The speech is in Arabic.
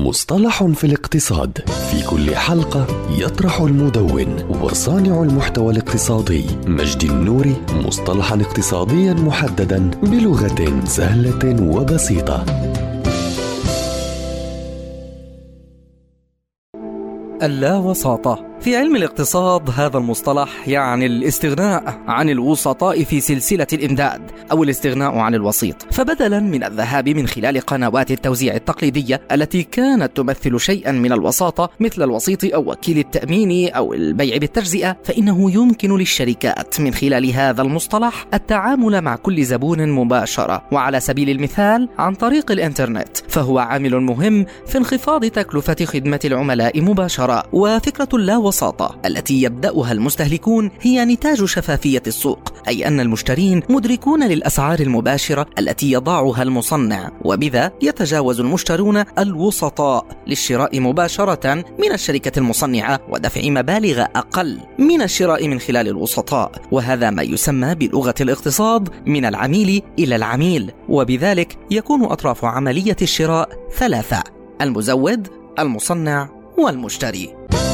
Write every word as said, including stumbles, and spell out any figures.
مصطلح في الاقتصاد. في كل حلقة يطرح المدون وصانع المحتوى الاقتصادي مجدي النوري مصطلحا اقتصاديا محددا بلغة سهلة وبسيطة. اللاوساطة. في علم الاقتصاد هذا المصطلح يعني الاستغناء عن الوسطاء في سلسلة الإمداد أو الاستغناء عن الوسيط، فبدلا من الذهاب من خلال قنوات التوزيع التقليدية التي كانت تمثل شيئا من الوساطة مثل الوسيط أو وكيل التأمين أو البيع بالتجزئة، فإنه يمكن للشركات من خلال هذا المصطلح التعامل مع كل زبون مباشرة، وعلى سبيل المثال عن طريق الإنترنت، فهو عامل مهم في انخفاض تكلفة خدمة العملاء مباشرة. وفكرة اللاوساطة وساطة التي يبدأها المستهلكون هي نتاج شفافية السوق، أي أن المشترين مدركون للأسعار المباشرة التي يضعها المصنع، وبذا يتجاوز المشترون الوسطاء للشراء مباشرة من الشركة المصنعة ودفع مبالغ أقل من الشراء من خلال الوسطاء، وهذا ما يسمى بلغة الاقتصاد من العميل إلى العميل. وبذلك يكون أطراف عملية الشراء ثلاثة: المزود، المصنع، والمشتري.